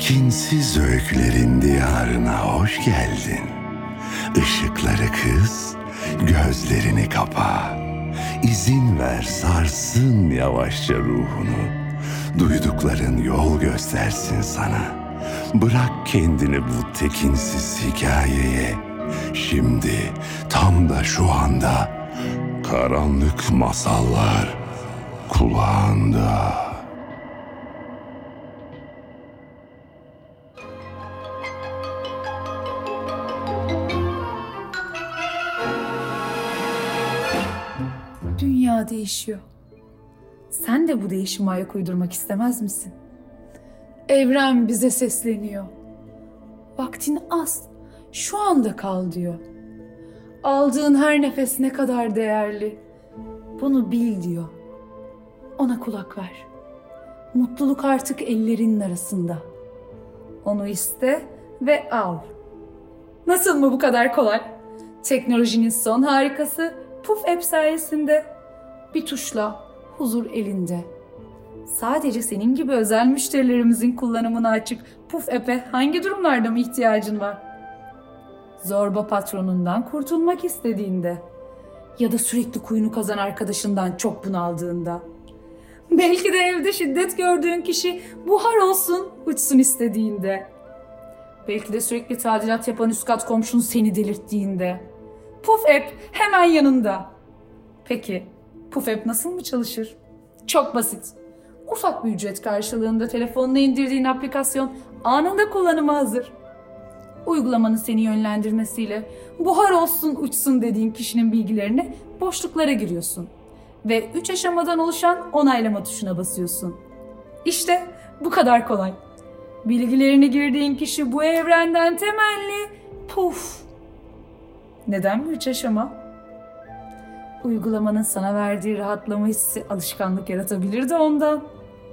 Tekinsiz öykülerin diyarına hoş geldin. Işıkları kıs, gözlerini kapa. İzin ver sarsın yavaşça ruhunu. Duydukların yol göstersin sana. Bırak kendini bu tekinsiz hikayeye. Şimdi tam da şu anda karanlık masallar kulağında. Dünya değişiyor. Sen de bu değişime ayak uydurmak istemez misin? Evren bize sesleniyor. Vaktin az, şu anda kal diyor. Aldığın her nefes ne kadar değerli. Bunu bil diyor. Ona kulak ver. Mutluluk artık ellerinin arasında. Onu iste ve al. Nasıl mı bu kadar kolay? Teknolojinin son harikası Puf App sayesinde. Bir tuşla huzur elinde. Sadece senin gibi özel müşterilerimizin kullanımına açık Puf App'e hangi durumlarda mı ihtiyacın var? Zorba patronundan kurtulmak istediğinde ya da sürekli kuyunu kazan arkadaşından çok bunaldığında. Belki de evde şiddet gördüğün kişi buhar olsun, uçsun istediğinde. Belki de sürekli tadilat yapan üst kat komşun seni delirttiğinde. Puf App hemen yanında. Peki Puf App nasıl mı çalışır? Çok basit. Ufak bir ücret karşılığında telefonuna indirdiğin aplikasyon anında kullanıma hazır. Uygulamanın seni yönlendirmesiyle buhar olsun uçsun dediğin kişinin bilgilerini boşluklara giriyorsun. Ve 3 aşamadan oluşan onaylama tuşuna basıyorsun. İşte bu kadar kolay. Bilgilerini girdiğin kişi bu evrenden temelli puf. Neden bu 3 aşama? Uygulamanın sana verdiği rahatlama hissi alışkanlık yaratabilir de ondan.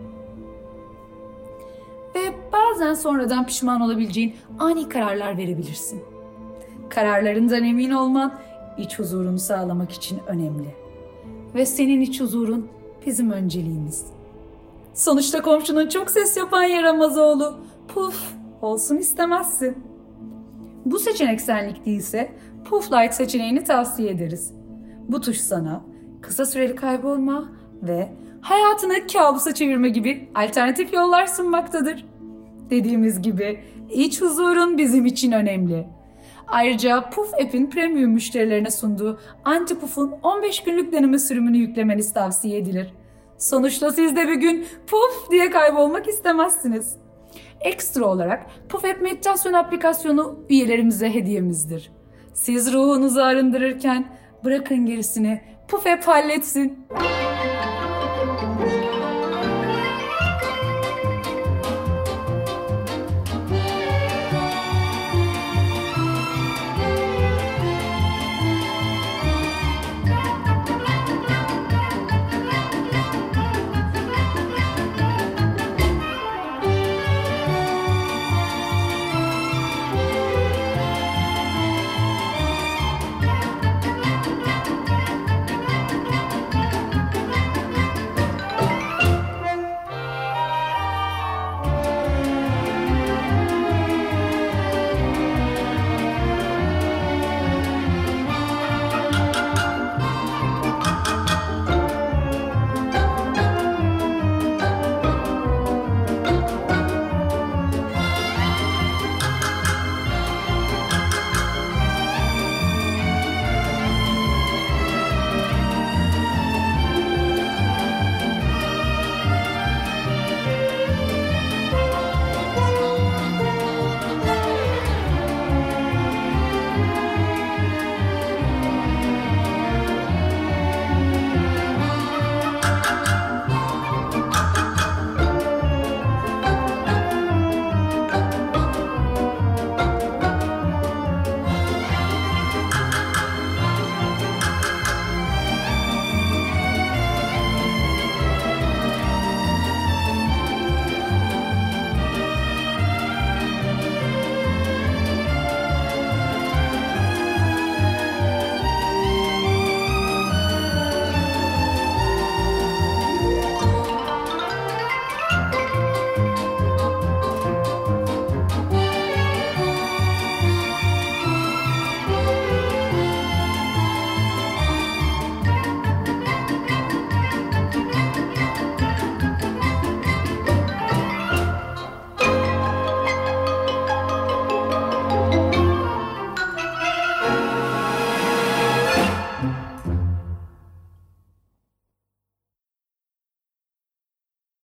Ve bazen sonradan pişman olabileceğin ani kararlar verebilirsin. Kararlarından emin olman iç huzurunu sağlamak için önemli. Ve senin iç huzurun bizim önceliğimiz. Sonuçta komşunun çok ses yapan yaramaz oğlu puf olsun istemezsin. Bu seçenek senlik değilse Puf Lite seçeneğini tavsiye ederiz. Bu tuş sana kısa süreli kaybolma ve hayatını kabusa çevirme gibi alternatif yollar sunmaktadır. Dediğimiz gibi iç huzurun bizim için önemli. Ayrıca Puf App'in premium müşterilerine sunduğu Anti-Puf'un 15 günlük deneme sürümünü yüklemeniz tavsiye edilir. Sonuçta siz de bir gün puf diye kaybolmak istemezsiniz. Ekstra olarak Puf App meditasyon aplikasyonu üyelerimize hediyemizdir. Siz ruhunuzu arındırırken bırakın gerisini Puf App halletsin.